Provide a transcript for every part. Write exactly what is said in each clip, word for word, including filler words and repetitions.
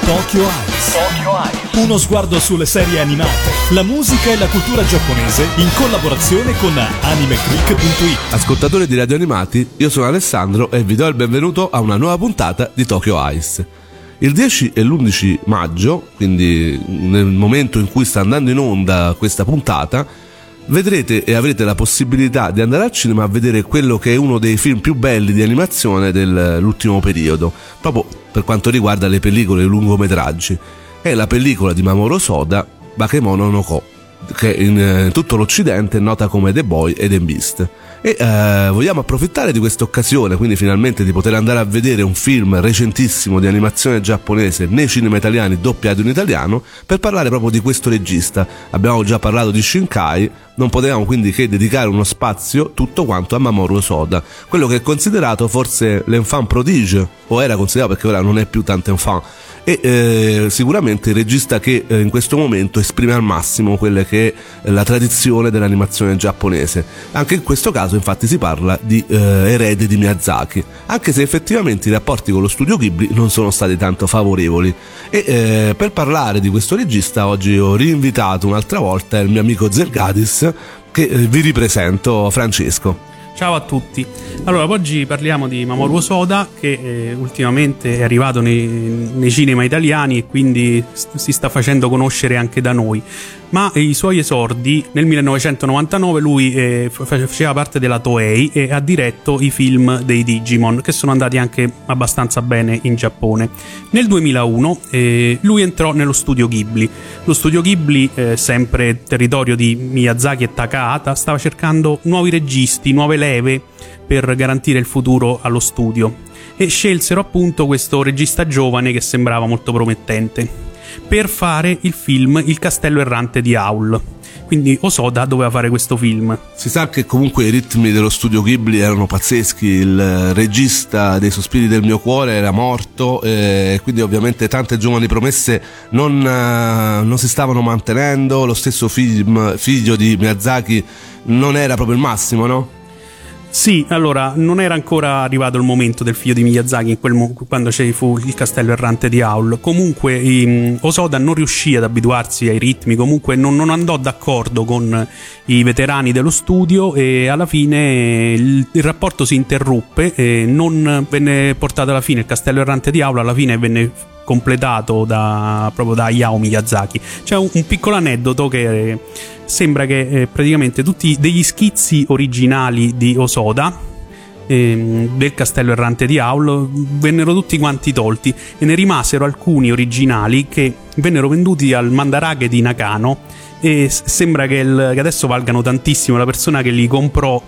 Tokyo Eyes. Tokyo Eyes. Uno sguardo sulle serie animate, la musica e la cultura giapponese in collaborazione con AnimeClick punto it. Ascoltatori di Radio Animati, io sono Alessandro e vi do il benvenuto a una nuova puntata di Tokyo Eyes. Il dieci e l'undici maggio, quindi nel momento in cui sta andando in onda questa puntata, vedrete e avrete la possibilità di andare al cinema a vedere quello che è uno dei film più belli di animazione dell'ultimo periodo, proprio per quanto riguarda le pellicole e i lungometraggi. È la pellicola di Mamoru Hosoda, Bakemono no Ko, che in tutto l'Occidente è nota come The Boy e The Beast. E eh, vogliamo approfittare di questa occasione, quindi finalmente di poter andare a vedere un film recentissimo di animazione giapponese nei cinema italiani doppiato in italiano, per parlare proprio di questo regista. Abbiamo già parlato di Shinkai, non potevamo quindi che dedicare uno spazio tutto quanto a Mamoru Hosoda, quello che è considerato forse l'enfant prodige, o era considerato perché ora non è più tanto enfant, e eh, sicuramente il regista che eh, in questo momento esprime al massimo quella che è la tradizione dell'animazione giapponese. Anche in questo caso infatti si parla di eh, erede di Miyazaki, anche se effettivamente i rapporti con lo studio Ghibli non sono stati tanto favorevoli. E eh, per parlare di questo regista oggi ho rinvitato un'altra volta il mio amico Zergadis, che eh, vi ripresento. Francesco. Ciao a tutti. Allora, oggi parliamo di Mamoru Hosoda, che eh, ultimamente è arrivato nei, nei cinema italiani e quindi st- si sta facendo conoscere anche da noi. Ma eh, i suoi esordi, nel millenovecentonovantanove lui eh, faceva parte della Toei e ha diretto i film dei Digimon, che sono andati anche abbastanza bene in Giappone. Nel duemilauno eh, lui entrò nello studio Ghibli. Lo studio Ghibli, eh, sempre territorio di Miyazaki e Takahata, stava cercando nuovi registi, nuove leve per garantire il futuro allo studio, e scelsero appunto questo regista giovane che sembrava molto promettente per fare il film Il castello errante di Howl. Quindi Hosoda doveva fare questo film. Si sa che comunque i ritmi dello studio Ghibli erano pazzeschi, il regista dei Sospiri del mio cuore era morto e quindi ovviamente tante giovani promesse non, non si stavano mantenendo. Lo stesso film, figlio di Miyazaki non era proprio il massimo, no? Sì, allora, non era ancora arrivato il momento del figlio di Miyazaki in quel mo- quando ci fu il castello errante di Howl. Comunque um, Hosoda non riuscì ad abituarsi ai ritmi, comunque non, non andò d'accordo con i veterani dello studio e alla fine il, il rapporto si interruppe e non venne portato alla fine. Il castello errante di Howl alla fine venne completato da, proprio da Hayao Miyazaki. C'è un, un piccolo aneddoto che eh, sembra che eh, praticamente tutti degli schizzi originali di Hosoda eh, del castello errante di Howl vennero tutti quanti tolti e ne rimasero alcuni originali che vennero venduti al Mandarake di Nakano e s- sembra che, il, che adesso valgano tantissimo. La persona che li comprò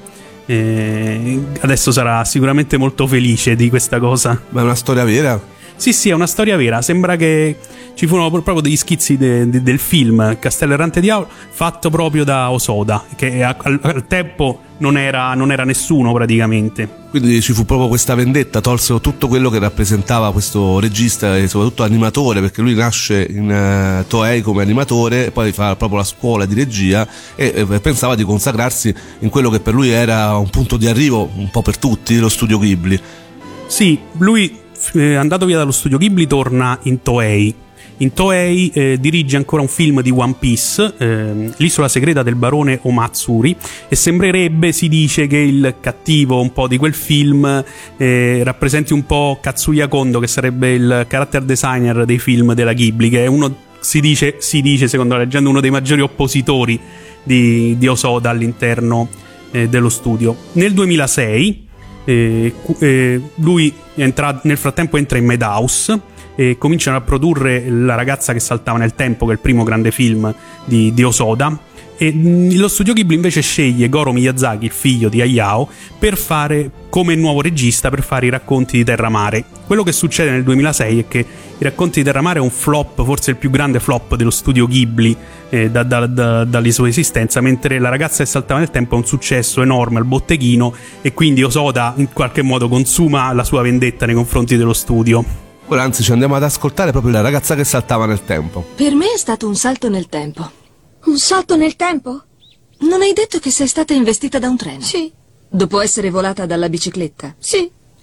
eh, adesso sarà sicuramente molto felice di questa cosa. Ma è una storia vera? Sì, sì, è una storia vera. Sembra che ci furono proprio degli schizzi de, de, del film Castello errante di Howl fatto proprio da Hosoda, che a, al, al tempo non era, non era nessuno praticamente. Quindi ci fu proprio questa vendetta, tolsero tutto quello che rappresentava questo regista e soprattutto animatore, perché lui nasce in uh, Toei come animatore, poi fa proprio la scuola di regia e, e pensava di consacrarsi in quello che per lui era un punto di arrivo un po' per tutti, lo studio Ghibli. Sì, lui eh, andato via dallo studio Ghibli torna in Toei. In Toei eh, dirige ancora un film di One Piece, eh, L'isola segreta del barone Omatsuri, e sembrerebbe, si dice, che il cattivo un po' di quel film eh, rappresenti un po' Katsuya Kondo, che sarebbe il character designer dei film della Ghibli, che è uno, si dice, si dice secondo la leggenda, uno dei maggiori oppositori di, di Hosoda all'interno eh, dello studio. Nel duemilasei eh, eh, lui entra, nel frattempo entra in Madhouse e cominciano a produrre La ragazza che saltava nel tempo, che è il primo grande film di, di Hosoda, e lo studio Ghibli invece sceglie Goro Miyazaki, il figlio di Hayao, per fare come nuovo regista, per fare i racconti di Terramare. Quello che succede nel duemilasei è che i racconti di Terramare è un flop, forse il più grande flop dello studio Ghibli eh, da, da, da, dalla sua esistenza, mentre La ragazza che saltava nel tempo è un successo enorme al botteghino e quindi Hosoda in qualche modo consuma la sua vendetta nei confronti dello studio. Ora anzi ci andiamo ad ascoltare proprio La ragazza che saltava nel tempo. Per me è stato un salto nel tempo. Un salto nel tempo? Non hai detto che sei stata investita da un treno? Sì. Dopo essere volata dalla bicicletta? Sì.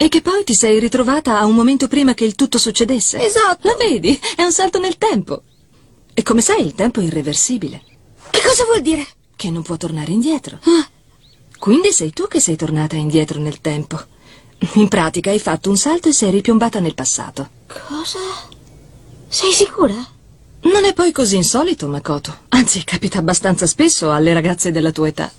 E che poi ti sei ritrovata a un momento prima che il tutto succedesse. Esatto. La vedi? È un salto nel tempo. E come sai, il tempo è irreversibile. Che cosa vuol dire? Che non può tornare indietro. Ah. Quindi sei tu che sei tornata indietro nel tempo. In pratica hai fatto un salto e sei ripiombata nel passato. Cosa? Sei sicura? Non è poi così insolito, Makoto. Anzi, capita abbastanza spesso alle ragazze della tua età.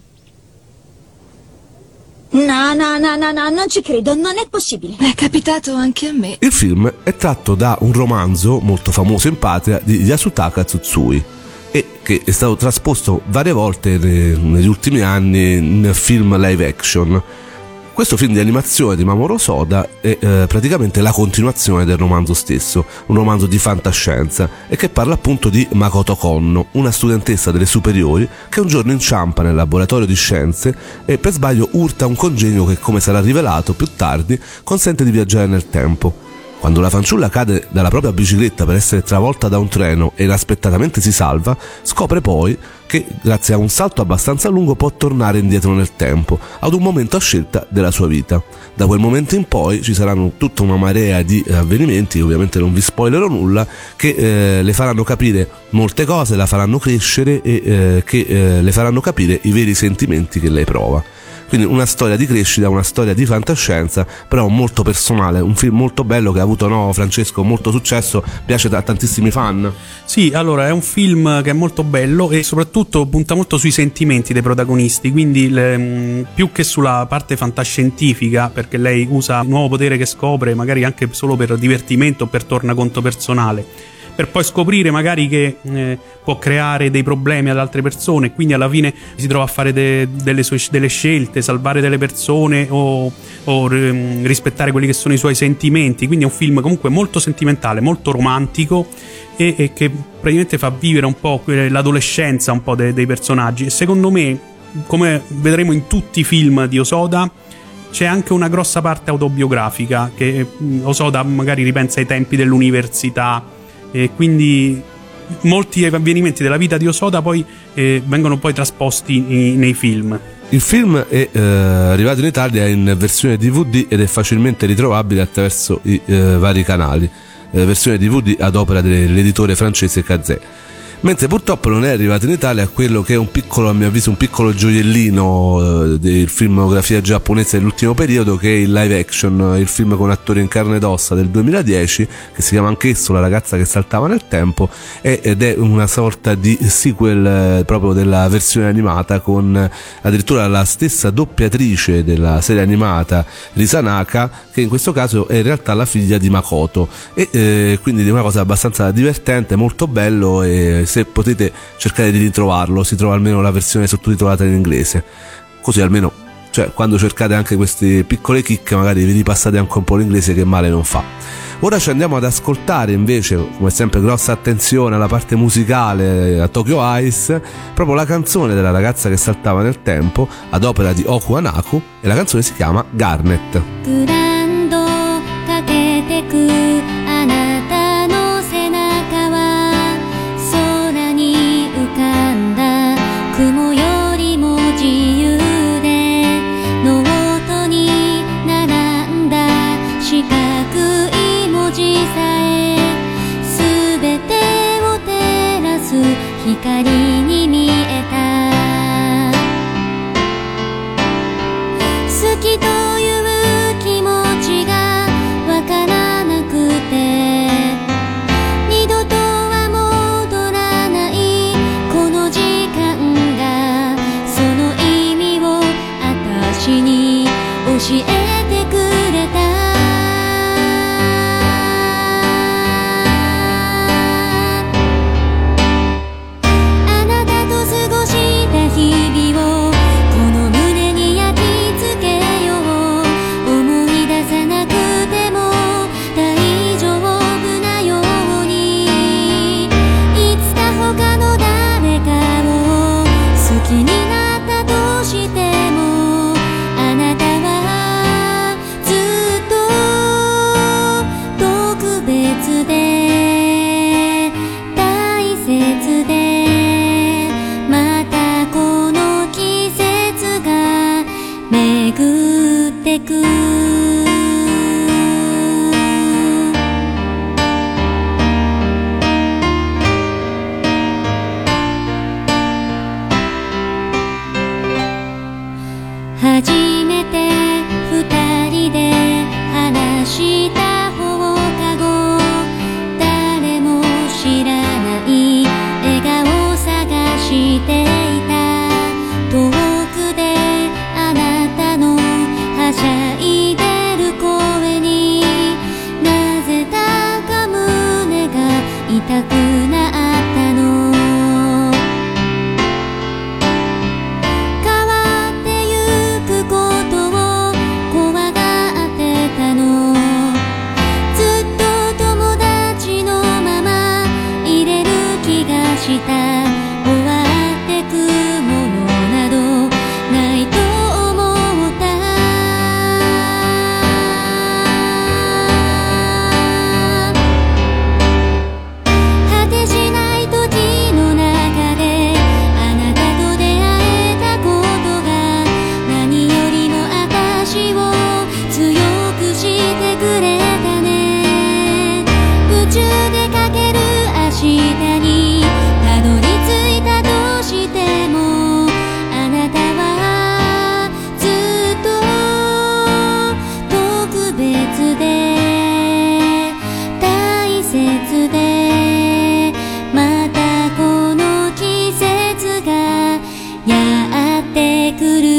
No, no, no, no, no, non ci credo, non è possibile. È capitato anche a me. Il film è tratto da un romanzo molto famoso in patria di Yasutaka Tsutsui e che è stato trasposto varie volte negli ultimi anni in film live action. Questo film di animazione di Mamoru Soda è eh, praticamente la continuazione del romanzo stesso, un romanzo di fantascienza e che parla appunto di Makoto Konno, una studentessa delle superiori che un giorno inciampa nel laboratorio di scienze e per sbaglio urta un congegno che, come sarà rivelato più tardi, consente di viaggiare nel tempo. Quando la fanciulla cade dalla propria bicicletta per essere travolta da un treno e inaspettatamente si salva, scopre poi che grazie a un salto abbastanza lungo può tornare indietro nel tempo, ad un momento a scelta della sua vita. Da quel momento in poi ci saranno tutta una marea di avvenimenti, ovviamente non vi spoilerò nulla, che eh, le faranno capire molte cose, la faranno crescere e eh, che eh, le faranno capire i veri sentimenti che lei prova. Quindi una storia di crescita, una storia di fantascienza, però molto personale, un film molto bello che ha avuto, no, Francesco, molto successo, piace a tantissimi fan. Sì, allora è un film che è molto bello e soprattutto punta molto sui sentimenti dei protagonisti, quindi le, più che sulla parte fantascientifica, perché lei usa il nuovo potere che scopre magari anche solo per divertimento o per tornaconto personale, per poi scoprire magari che eh, può creare dei problemi ad altre persone, quindi alla fine si trova a fare de- delle, sue, delle scelte, salvare delle persone o, o r- rispettare quelli che sono i suoi sentimenti. Quindi è un film comunque molto sentimentale, molto romantico e, e che praticamente fa vivere un po' l'adolescenza un po' de- dei personaggi. E secondo me, come vedremo in tutti i film di Hosoda, c'è anche una grossa parte autobiografica, che Hosoda magari ripensa ai tempi dell'università, e quindi molti avvenimenti della vita di Hosoda poi eh, vengono poi trasposti in, nei film. Il film è eh, arrivato in Italia in versione D V D ed è facilmente ritrovabile attraverso i eh, vari canali, eh, versione D V D ad opera dell'editore francese Kazé. Mentre purtroppo non è arrivato in Italia quello che è un piccolo, a mio avviso, un piccolo gioiellino eh, del filmografia giapponese dell'ultimo periodo, che è il live action, il film con attori in carne ed ossa del duemiladieci, che si chiama anch'esso La ragazza che saltava nel tempo, ed è una sorta di sequel eh, proprio della versione animata, con addirittura la stessa doppiatrice della serie animata, Risanaka, che in questo caso è in realtà la figlia di Makoto, e eh, quindi è una cosa abbastanza divertente, molto bello, e se potete cercare di ritrovarlo, si trova almeno la versione sottotitolata in inglese, così almeno, cioè, quando cercate anche queste piccole chicche magari vi ripassate anche un po' l'inglese, che male non fa. Ora ci andiamo ad ascoltare invece, come sempre, grossa attenzione alla parte musicale, a Tokyo Ice, proprio la canzone della ragazza che saltava nel tempo ad opera di Oku Anaku, e la canzone si chiama Garnet. Suki toいう気持下にたどり着いたとしてもあなたはずっと特別で大切でまたこの季節がやってくる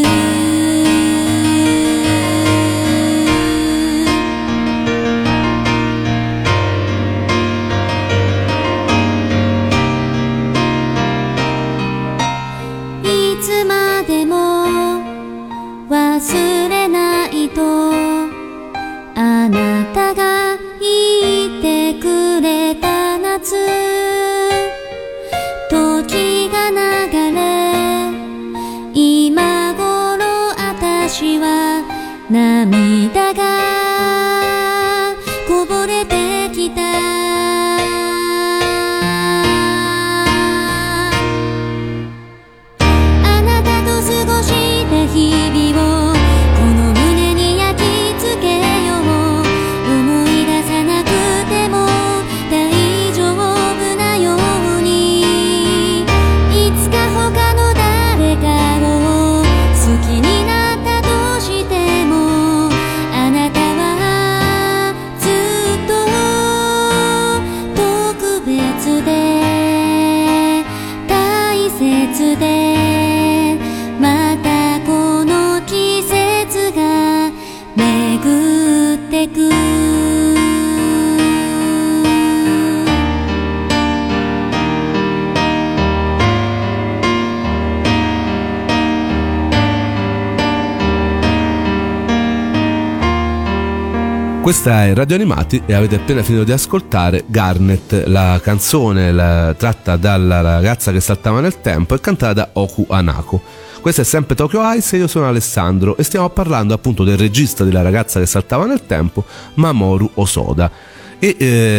いつまでも忘れないとあなたが言ってくれた夏時が流れ今頃私は涙がこぼれてきたあなたと過ごした日々をこの胸に焼き付けよう思い出さなくても大丈夫なようにいつか他の誰かを好きになったとしてもあなたはずっと特別で大切でまたこの季節が巡ってく Questa è Radio Animati e avete appena finito di ascoltare Garnet, la canzone la, tratta dalla ragazza che saltava nel tempo e cantata da Oku Hanako. Questo è sempre Tokyo Ice e io sono Alessandro e stiamo parlando appunto del regista della ragazza che saltava nel tempo, Mamoru Hosoda. E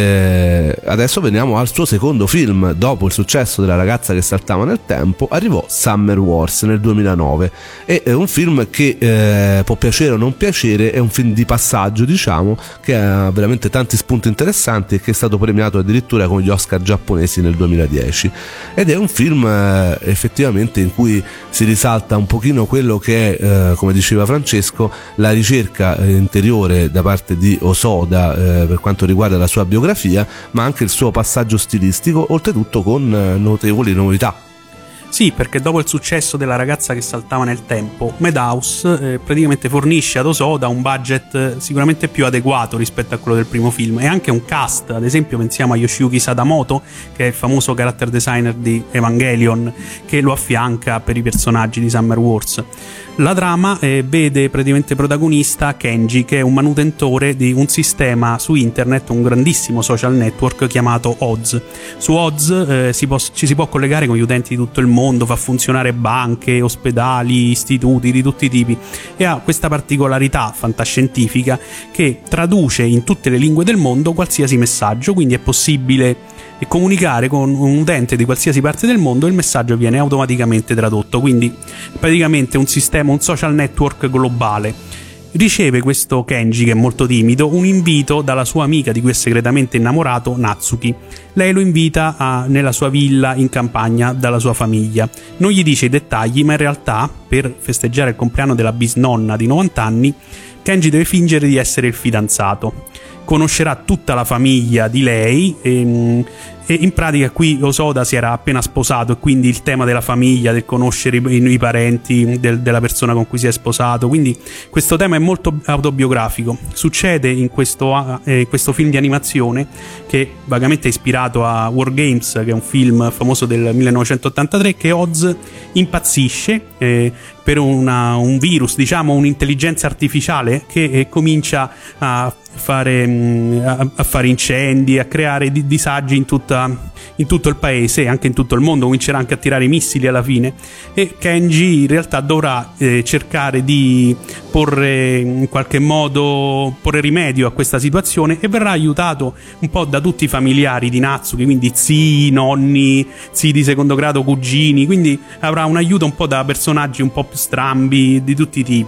eh, adesso veniamo al suo secondo film. Dopo il successo della ragazza che saltava nel tempo arrivò Summer Wars nel duemilanove. È un film che eh, può piacere o non piacere, è un film di passaggio, diciamo, che ha veramente tanti spunti interessanti e che è stato premiato addirittura con gli Oscar giapponesi nel duemiladieci. Ed è un film eh, effettivamente in cui si risalta un pochino quello che è, eh, come diceva Francesco, la ricerca interiore da parte di Hosoda eh, per quanto riguarda la sua biografia, ma anche il suo passaggio stilistico, oltretutto con notevoli novità. Sì, perché dopo il successo della ragazza che saltava nel tempo, Madhouse eh, praticamente fornisce ad Hosoda un budget eh, sicuramente più adeguato rispetto a quello del primo film e anche un cast. Ad esempio pensiamo a Yoshiyuki Sadamoto, che è il famoso character designer di Evangelion, che lo affianca per i personaggi di Summer Wars. La trama eh, vede praticamente protagonista Kenji, che è un manutentore di un sistema su internet, un grandissimo social network chiamato Oz. Su Oz eh, si può, ci si può collegare con gli utenti di tutto il mondo, fa funzionare banche, ospedali, istituti di tutti i tipi e ha questa particolarità fantascientifica che traduce in tutte le lingue del mondo qualsiasi messaggio, quindi è possibile e comunicare con un utente di qualsiasi parte del mondo e il messaggio viene automaticamente tradotto, quindi praticamente un sistema, un social network globale. Riceve questo Kenji, che è molto timido, un invito dalla sua amica di cui è segretamente innamorato, Natsuki. Lei lo invita a, nella sua villa in campagna dalla sua famiglia. Non gli dice i dettagli, ma in realtà per festeggiare il compleanno della bisnonna di novanta anni Kenji deve fingere di essere il fidanzato. Conoscerà tutta la famiglia di lei e, e in pratica qui Hosoda si era appena sposato e quindi il tema della famiglia, del conoscere i, i parenti del, della persona con cui si è sposato, quindi questo tema è molto autobiografico. Succede in questo, eh, questo film di animazione che vagamente è ispirato a War Games, che è un film famoso del millenovecentottantatré, che Oz impazzisce eh, per una, un virus, diciamo un'intelligenza artificiale che eh, comincia a fare, mh, a fare incendi, a creare di, disagi in, tutta, in tutto il paese e anche in tutto il mondo. Comincerà anche a tirare missili alla fine e Kenji in realtà dovrà eh, cercare di porre in qualche modo porre rimedio a questa situazione e verrà aiutato un po' da tutti i familiari di Natsuki, quindi zii, nonni, zii di secondo grado, cugini, quindi avrà un aiuto un po' da personaggi un po' più strambi di tutti i tipi.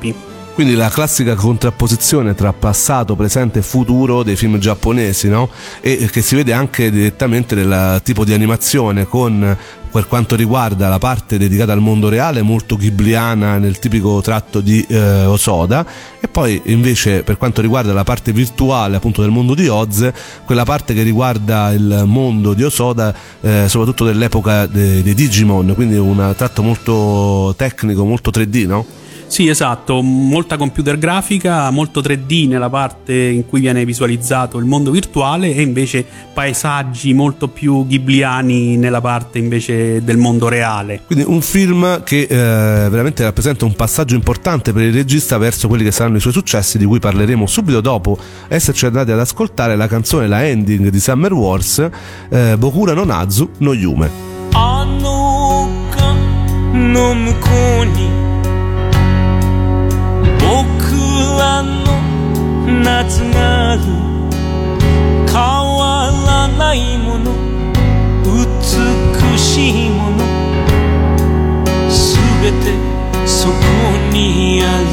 Quindi la classica contrapposizione tra passato, presente e futuro dei film giapponesi, no? E che si vede anche direttamente nel tipo di animazione, con, per quanto riguarda la parte dedicata al mondo reale, molto ghibliana nel tipico tratto di eh, Osoda, e poi invece per quanto riguarda la parte virtuale appunto del mondo di Oz, quella parte che riguarda il mondo di Osoda eh, soprattutto dell'epoca dei, dei Digimon, quindi un tratto molto tecnico, molto tre D, no? Sì, esatto, molta computer grafica, molto tre D nella parte in cui viene visualizzato il mondo virtuale, e invece paesaggi molto più ghibliani nella parte invece del mondo reale. Quindi un film che eh, veramente rappresenta un passaggio importante per il regista verso quelli che saranno i suoi successi, di cui parleremo subito dopo esserci andati ad ascoltare la canzone, la ending di Summer Wars, eh, Bokura no Nazu no Yume. Anoka no mukou ni 僕らの夏がある変わらないもの美しいものすべてそこにある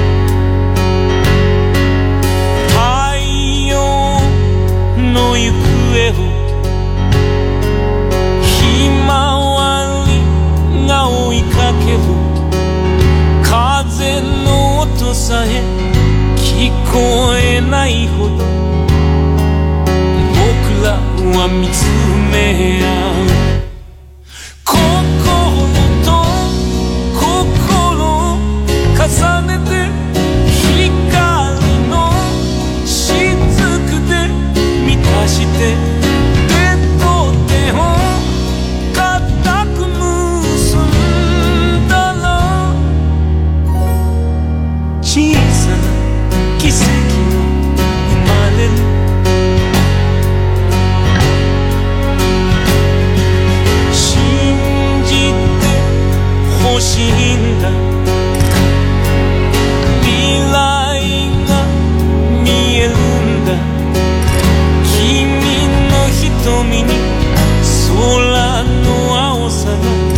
太陽の行方をひまわりが追いかける風の音さえ聞こえないほど僕らは見つめ合う心と心を重ねて光の雫で満たして手と手を固く結んだら小さな奇跡が生まれる信じてほしいんだ未来が見えるんだ君の瞳に空の青さが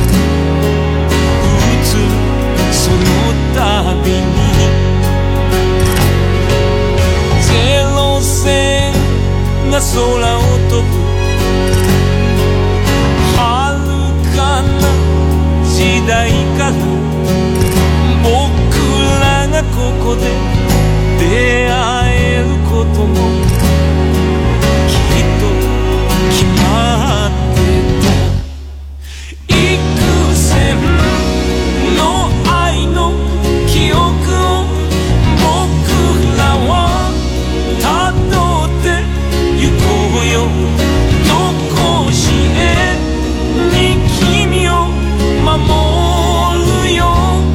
映るその度にゼロ戦が空を飛ぶ遥かな時代から僕らがここで出会えることもきっと決まってた幾千の愛の記憶を僕らはたどってゆこうよどこしへに君を守るよ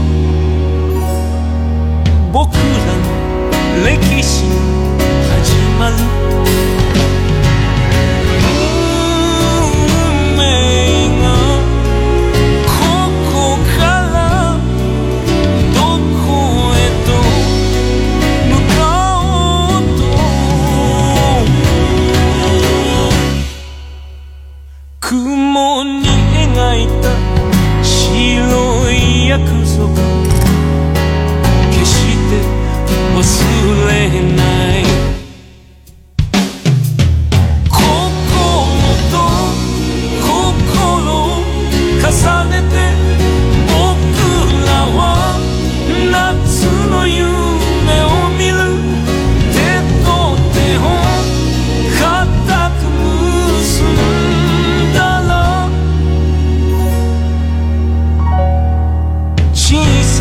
僕らの歴史始まる運命がここからどこへと向かおうと雲に描いた白い約束決して忘れない心と心を重ねて僕らは夏の夢を見る手と手を固く結んだら小さ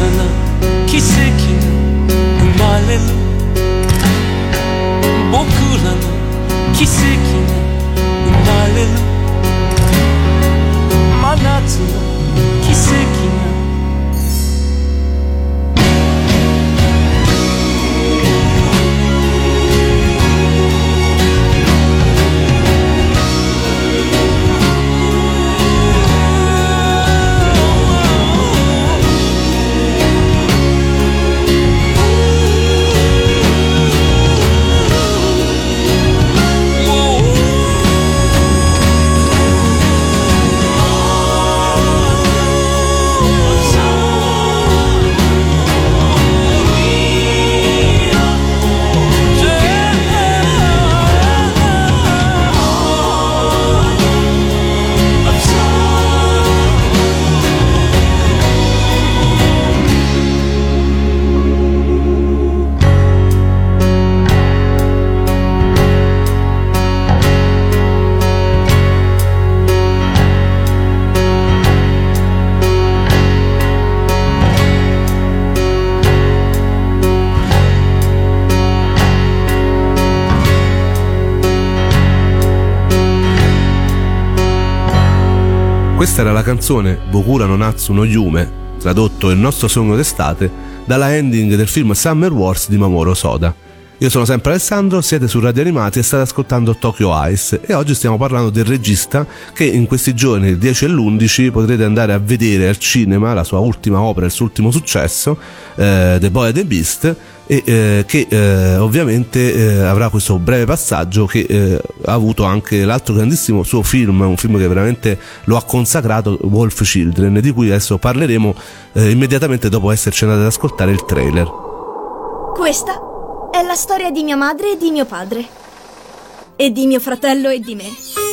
Questa era la canzone Bokura no Natsu no Yume, tradotto Il nostro sogno d'estate, dalla ending del film Summer Wars di Mamoru Soda. Io sono sempre Alessandro, siete su Radio Animati e state ascoltando Tokyo Ice e oggi stiamo parlando del regista che in questi giorni, il dieci e l'undici, potrete andare a vedere al cinema la sua ultima opera, il suo ultimo successo, eh, The Boy and the Beast, e eh, che eh, ovviamente eh, avrà questo breve passaggio che eh, ha avuto anche l'altro grandissimo suo film, un film che veramente lo ha consacrato, Wolf Children, di cui adesso parleremo eh, immediatamente dopo esserci andati ad ascoltare il trailer. Questa è la storia di mia madre e di mio padre, e di mio fratello e di me.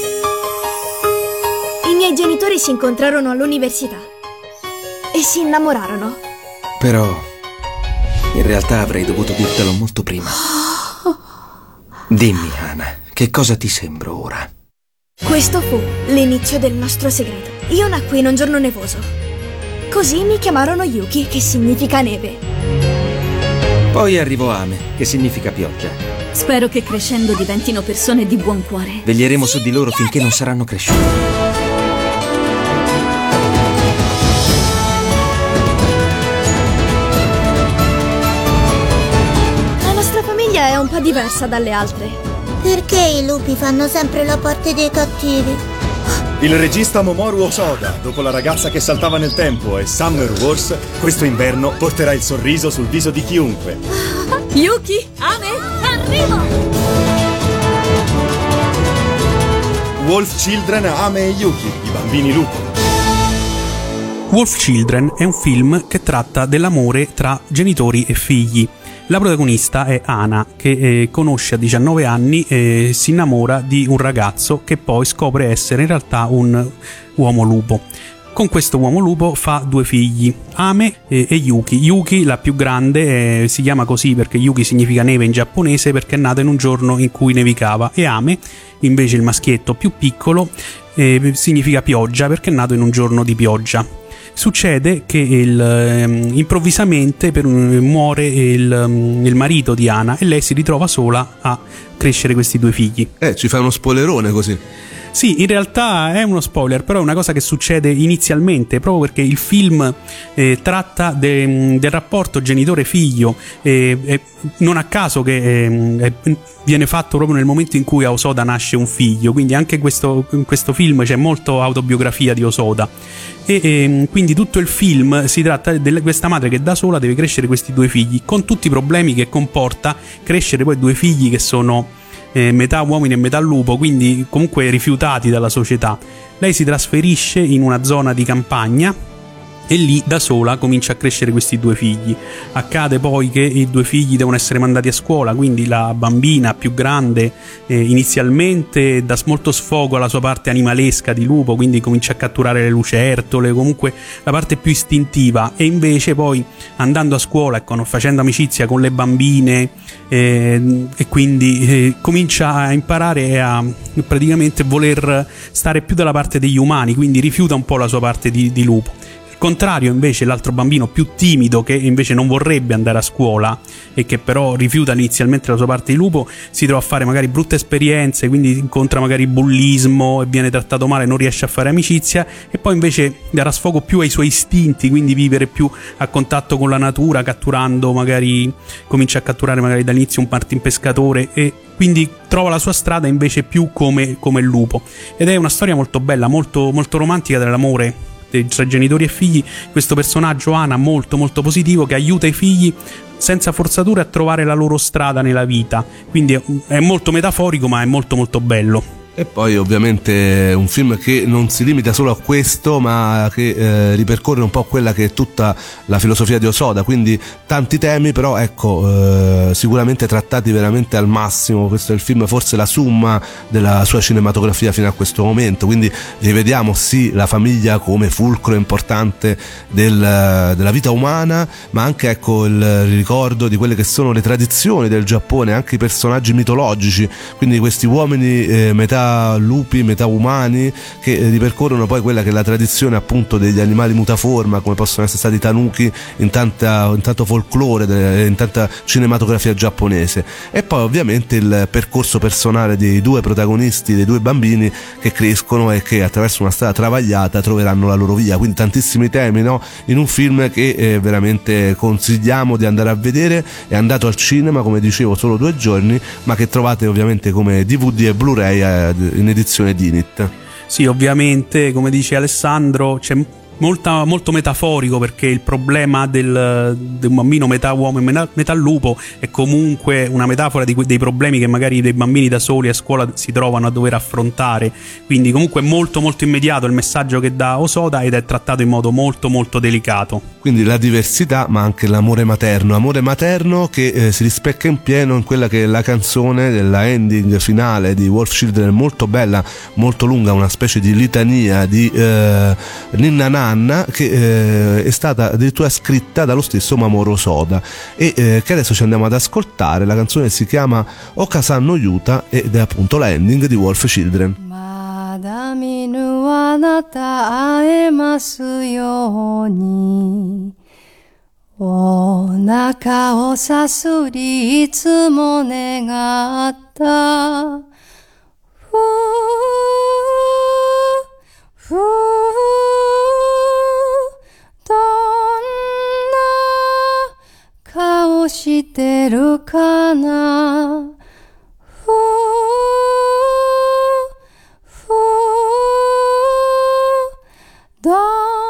I miei genitori si incontrarono all'università e si innamorarono. Però in realtà avrei dovuto dirtelo molto prima. Dimmi, Hana, che cosa ti sembro ora? Questo fu l'inizio del nostro segreto. Io nacqui in un giorno nevoso. Così mi chiamarono Yuki, che significa neve. Poi arrivò Ame, che significa pioggia. Spero che crescendo diventino persone di buon cuore. Veglieremo su di loro finché non saranno cresciuti. La nostra famiglia è un po' diversa dalle altre. Perché i lupi fanno sempre la parte dei cattivi? Il regista Mamoru Hosoda, dopo La ragazza che saltava nel tempo e Summer Wars, questo inverno porterà il sorriso sul viso di chiunque. Yuki, Ame, arrivo! Wolf Children, Ame e Yuki, i bambini lupo. Wolf Children è un film che tratta dell'amore tra genitori e figli. La protagonista è Hana, che eh, conosce a diciannove anni e si innamora di un ragazzo che poi scopre essere in realtà un uomo lupo. Con questo uomo lupo fa due figli, Ame e, e Yuki. Yuki, la più grande, eh, si chiama così perché Yuki significa neve in giapponese, perché è nata in un giorno in cui nevicava, e Ame, invece il maschietto più piccolo, eh, significa pioggia perché è nato in un giorno di pioggia. Succede che il, um, improvvisamente per, um, muore il, um, il marito di Hana e lei si ritrova sola a crescere questi due figli. Eh, ci fai uno spoilerone così. Sì, in realtà è uno spoiler, però è una cosa che succede inizialmente, proprio perché il film eh, tratta de, del rapporto genitore-figlio, eh, eh, non a caso che eh, eh, viene fatto proprio nel momento in cui a Hosoda nasce un figlio, quindi anche questo, in questo film c'è molto autobiografia di Hosoda. E, e quindi tutto il film si tratta di questa madre che da sola deve crescere questi due figli, con tutti i problemi che comporta crescere poi due figli che sono Eh, metà uomini e metà lupo, quindi comunque rifiutati dalla società. Lei si trasferisce in una zona di campagna e lì da sola comincia a crescere questi due figli. Accade poi che i due figli devono essere mandati a scuola, quindi la bambina più grande eh, inizialmente dà molto sfogo alla sua parte animalesca di lupo, quindi comincia a catturare le lucertole, comunque la parte più istintiva, e invece poi andando a scuola e con, facendo amicizia con le bambine eh, e quindi eh, comincia a imparare e a praticamente voler stare più dalla parte degli umani, quindi rifiuta un po' la sua parte di, di lupo. Contrario invece l'altro bambino più timido, che invece non vorrebbe andare a scuola e che però rifiuta inizialmente la sua parte di lupo, si trova a fare magari brutte esperienze, quindi incontra magari bullismo e viene trattato male, non riesce a fare amicizia, e poi invece darà sfogo più ai suoi istinti, quindi vivere più a contatto con la natura, catturando magari, comincia a catturare magari dall'inizio un martin pescatore, e quindi trova la sua strada invece più come, come il lupo. Ed è una storia molto bella, molto, molto romantica dell'amore tra genitori e figli. Questo personaggio Hana molto molto positivo, che aiuta i figli senza forzature a trovare la loro strada nella vita, quindi è molto metaforico ma è molto molto bello. E poi ovviamente un film che non si limita solo a questo, ma che eh, ripercorre un po' quella che è tutta la filosofia di Hosoda, quindi tanti temi, però ecco eh, sicuramente trattati veramente al massimo. Questo è il film, forse la summa della sua cinematografia fino a questo momento, quindi rivediamo sì la famiglia come fulcro importante del, della vita umana, ma anche ecco il ricordo di quelle che sono le tradizioni del Giappone, anche i personaggi mitologici, quindi questi uomini eh, metà metà lupi, metà umani, che eh, ripercorrono poi quella che è la tradizione appunto degli animali mutaforma, come possono essere stati i tanuki in, tanta, in tanto folklore, in tanta cinematografia giapponese. E poi ovviamente il percorso personale dei due protagonisti, dei due bambini che crescono e che attraverso una strada travagliata troveranno la loro via. Quindi tantissimi temi, no? In un film che eh, veramente consigliamo di andare a vedere. È andato al cinema, come dicevo, solo due giorni, ma che trovate ovviamente come D V D e Blu-ray eh, in edizione Dinit. Sì, ovviamente, come dice Alessandro, c'è molta, molto metaforico, perché il problema del, di un bambino metà uomo e metà, metà lupo è comunque una metafora di, dei problemi che magari dei bambini da soli a scuola si trovano a dover affrontare. Quindi comunque è molto molto immediato il messaggio che dà Hosoda ed è trattato in modo molto molto delicato. Quindi la diversità, ma anche l'amore materno, amore materno che eh, si rispecchia in pieno in quella che è la canzone della ending finale di Wolf Children, molto bella, molto lunga, una specie di litania di eh, Ninna Nanna, che eh, è stata addirittura scritta dallo stesso Mamoru Hosoda e eh, che adesso ci andiamo ad ascoltare. La canzone si chiama Okasan no Yuta ed è appunto la ending di Wolf Children. まだ見ぬあなた会えますようにお腹をさすりいつも願ったふうふうどんな顔してるかなふうどんな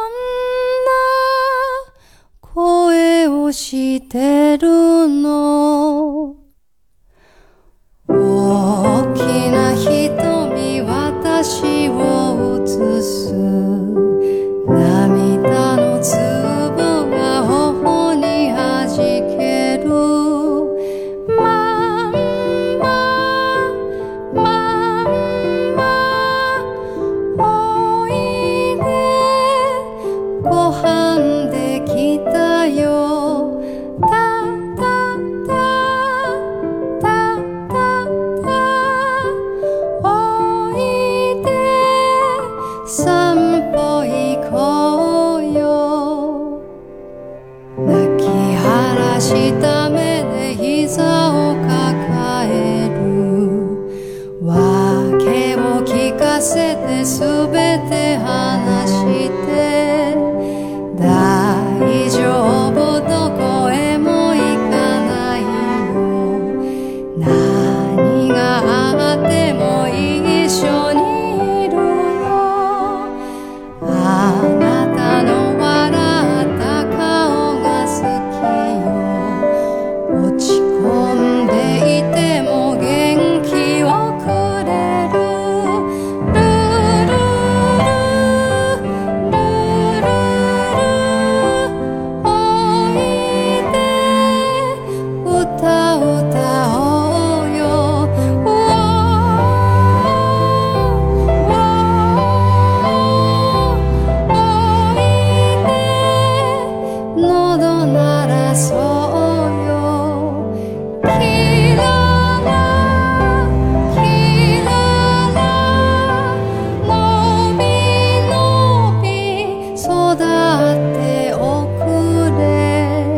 声をしてるの大きな瞳私を映す涙の粒が頬にはじけるまんままんまおいでご飯できたよたたたたたたおいで散歩行こうよ泣き晴らした目で膝を抱える訳を聞かせてすべて話して大丈夫どこへも行かないよ何があっても一緒にいるよあなたの笑った顔が好きよ落ち込んでいても元気をくれるルルルルルおいで歌歌おうよウォーウォーおいで喉鳴らそうよキララキララのびのび育っておくれ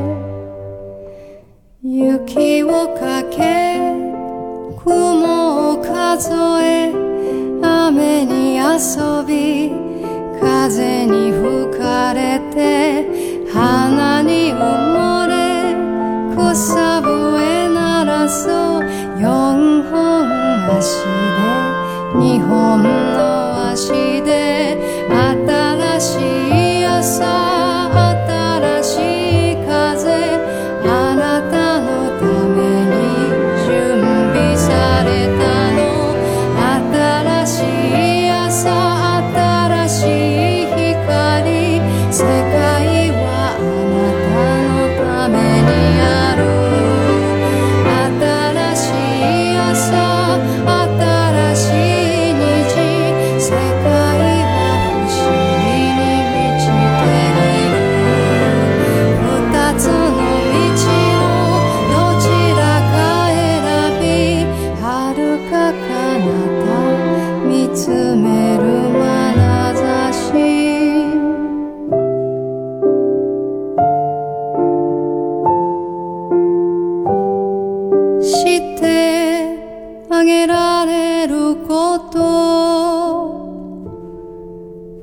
雪をかけ雲を数え雨に遊び風に吹かれて花に埋もれ草笛鳴らそう四本足で二本の足で新しい朝新しい風あなたのために準備されたの新しい朝新しい光世界はあなたの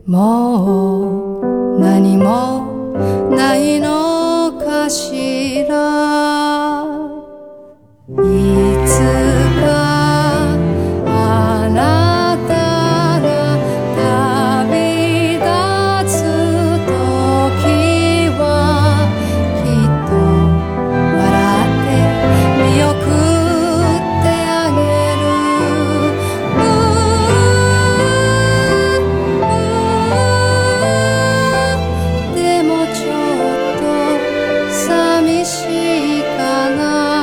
もう何もないのかしらいつかあなたが旅立つ時はきっと笑って見送ってあげるでもちょっと寂しいかな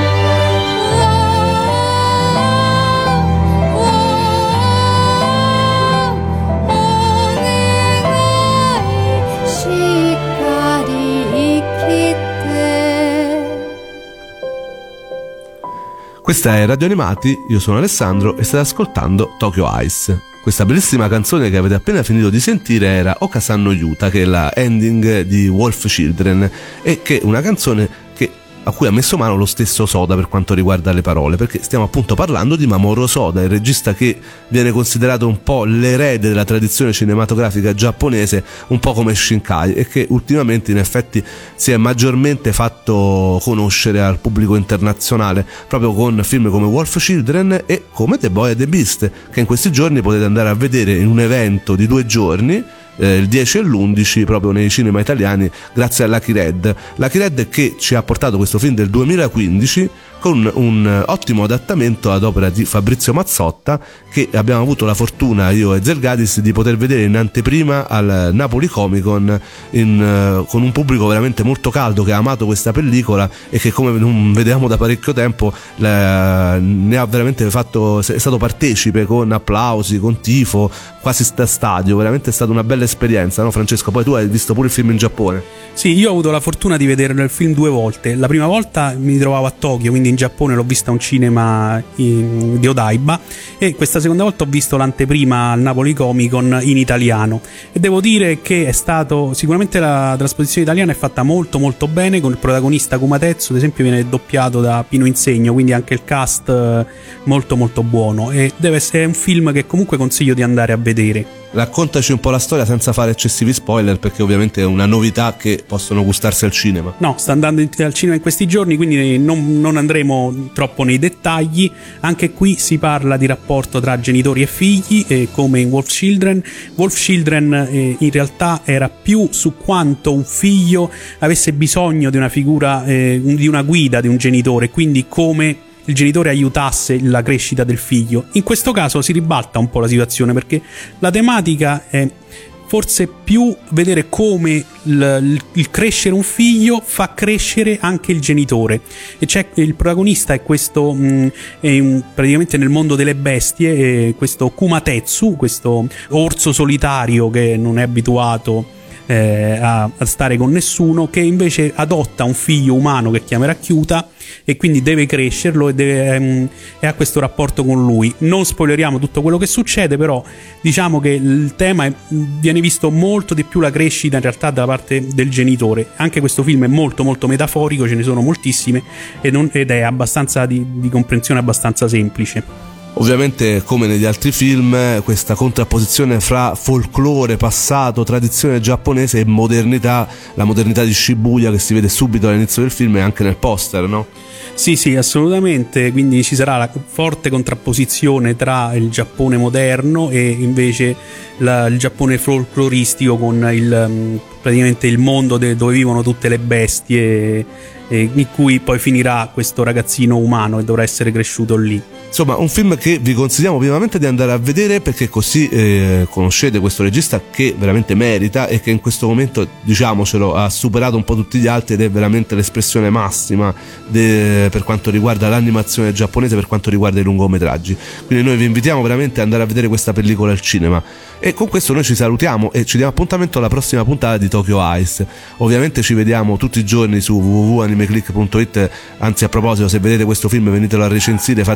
Questa è Radio Animati, io sono Alessandro e state ascoltando Tokyo Ice. Questa bellissima canzone che avete appena finito di sentire era Okasan no Yuta, che è la ending di Wolf Children, e che è una canzone che a cui ha messo mano lo stesso Soda per quanto riguarda le parole, perché stiamo appunto parlando di Mamoru Soda, il regista che viene considerato un po' l'erede della tradizione cinematografica giapponese, un po' come Shinkai, e che ultimamente in effetti si è maggiormente fatto conoscere al pubblico internazionale proprio con film come Wolf Children e come The Boy and the Beast, che in questi giorni potete andare a vedere in un evento di due giorni, Eh, il dieci e l'undici proprio nei cinema italiani, grazie a Lucky Red. Lucky Red che ci ha portato questo film del duemilaquindici con un ottimo adattamento ad opera di Fabrizio Mazzotta, che abbiamo avuto la fortuna, io e Zelgadis, di poter vedere in anteprima al Napoli Comic Con in, uh, con un pubblico veramente molto caldo che ha amato questa pellicola e che, come non vedevamo da parecchio tempo, la, ne ha veramente fatto, è stato partecipe con applausi, con tifo, quasi sta stadio. Veramente è stata una bella esperienza, no Francesco? Poi tu hai visto pure il film in Giappone. Sì, io ho avuto la fortuna di vedere il film due volte. La prima volta mi trovavo a Tokyo, quindi in Giappone, l'ho vista a un cinema in, di Odaiba, e questa seconda volta ho visto l'anteprima al Napoli Comic Con in italiano, e devo dire che è stato sicuramente, la trasposizione italiana è fatta molto molto bene, con il protagonista Kumatetsu ad esempio viene doppiato da Pino Insegno, quindi anche il cast molto molto buono, e deve essere un film che comunque consiglio di andare a vedere. Raccontaci un po' la storia senza fare eccessivi spoiler, perché ovviamente è una novità che possono gustarsi al cinema. No, sta andando al cinema in questi giorni, quindi non, non andremo troppo nei dettagli. Anche qui si parla di rapporto tra genitori e figli, eh, come in Wolf Children. Wolf Children eh, in realtà era più su quanto un figlio avesse bisogno di una figura, eh, di una guida di un genitore, quindi come il genitore aiutasse la crescita del figlio. In questo caso si ribalta un po' la situazione, perché la tematica è forse più vedere come il, il crescere un figlio fa crescere anche il genitore, e c'è il protagonista è questo mh, è un, praticamente nel mondo delle bestie, è questo Kumatetsu, questo orso solitario che non è abituato eh, a, a stare con nessuno, che invece adotta un figlio umano che chiamerà Kyuta, e quindi deve crescerlo e, deve, ehm, e ha questo rapporto con lui. Non spoileriamo tutto quello che succede, però diciamo che il tema è, viene visto molto di più la crescita in realtà dalla parte del genitore. Anche questo film è molto molto metaforico, ce ne sono moltissime, e non, ed è abbastanza di, di comprensione abbastanza semplice. Ovviamente, come negli altri film, questa contrapposizione fra folklore, passato, tradizione giapponese e modernità, la modernità di Shibuya che si vede subito all'inizio del film e anche nel poster, no? Sì, sì, assolutamente, quindi ci sarà la forte contrapposizione tra il Giappone moderno e invece la, il Giappone folcloristico, con il, praticamente il mondo de, dove vivono tutte le bestie, e in cui poi finirà questo ragazzino umano e dovrà essere cresciuto lì. Insomma, un film che vi consigliamo vivamente di andare a vedere, perché così eh, conoscete questo regista che veramente merita e che in questo momento, diciamocelo, ha superato un po' tutti gli altri ed è veramente l'espressione massima de, per quanto riguarda l'animazione giapponese, per quanto riguarda i lungometraggi. Quindi noi vi invitiamo veramente ad andare a vedere questa pellicola al cinema. E con questo noi ci salutiamo e ci diamo appuntamento alla prossima puntata di Tokyo Ice. Ovviamente ci vediamo tutti i giorni su w w w punto animeclick punto it. Anzi, a proposito, se vedete questo film venitelo a recensire, fatemi sapere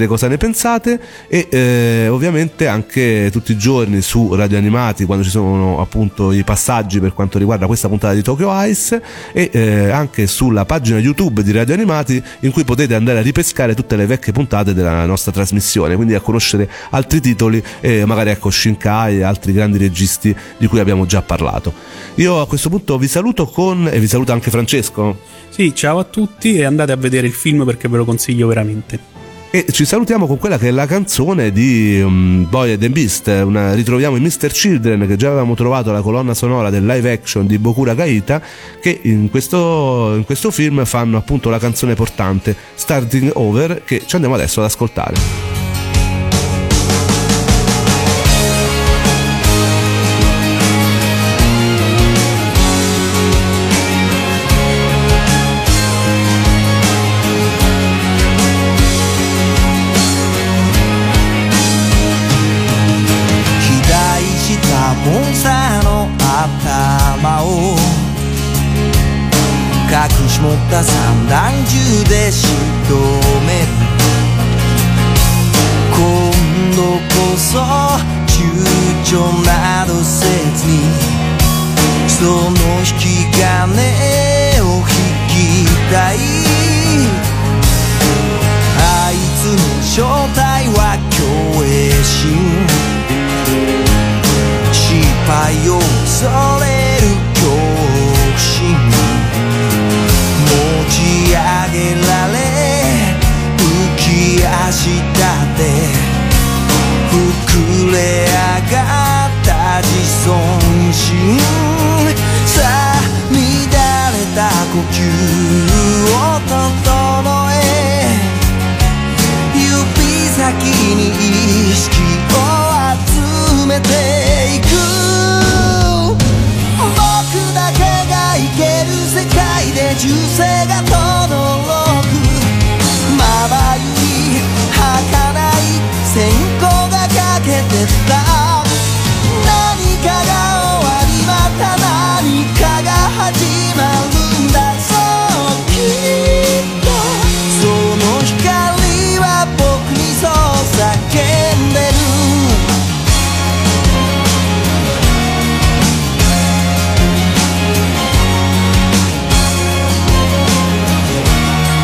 cosa ne pensate e eh, ovviamente anche tutti i giorni su Radio Animati quando ci sono appunto i passaggi per quanto riguarda questa puntata di Tokyo Ice e eh, anche sulla pagina YouTube di Radio Animati in cui potete andare a ripescare tutte le vecchie puntate della nostra trasmissione, quindi a conoscere altri titoli e magari ecco Shinkai e altri grandi registi di cui abbiamo già parlato. Io a questo punto vi saluto con e vi saluta anche Francesco. Sì, ciao a tutti e andate a vedere il film perché ve lo consiglio veramente. E ci salutiamo con quella che è la canzone di um, Boy and the Beast. Una, ritroviamo i mister Children che già avevamo trovato la colonna sonora del live action di Bokura Gaita, che in questo, in questo film fanno appunto la canzone portante Starting Over, che ci andiamo adesso ad ascoltare. モンスターの頭を隠し持った散弾銃で仕留める。今度こそ躊躇などせずにその引き金を引きたい。あいつの正体は虚栄心、失敗を恐れる恐怖心、持ち上げられ浮き足立って膨れ上がった自尊心、さあ乱れた呼吸を整え、指先に意識を集めていく。僕だけが生ける世界で銃声が轟く。まばゆい儚い閃光がかけてた。何かが終わりまた何かが始まるんだ。そうきっとその光は僕にそう叫んでる。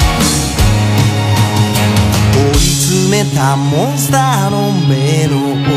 追い詰めたモンスターの目の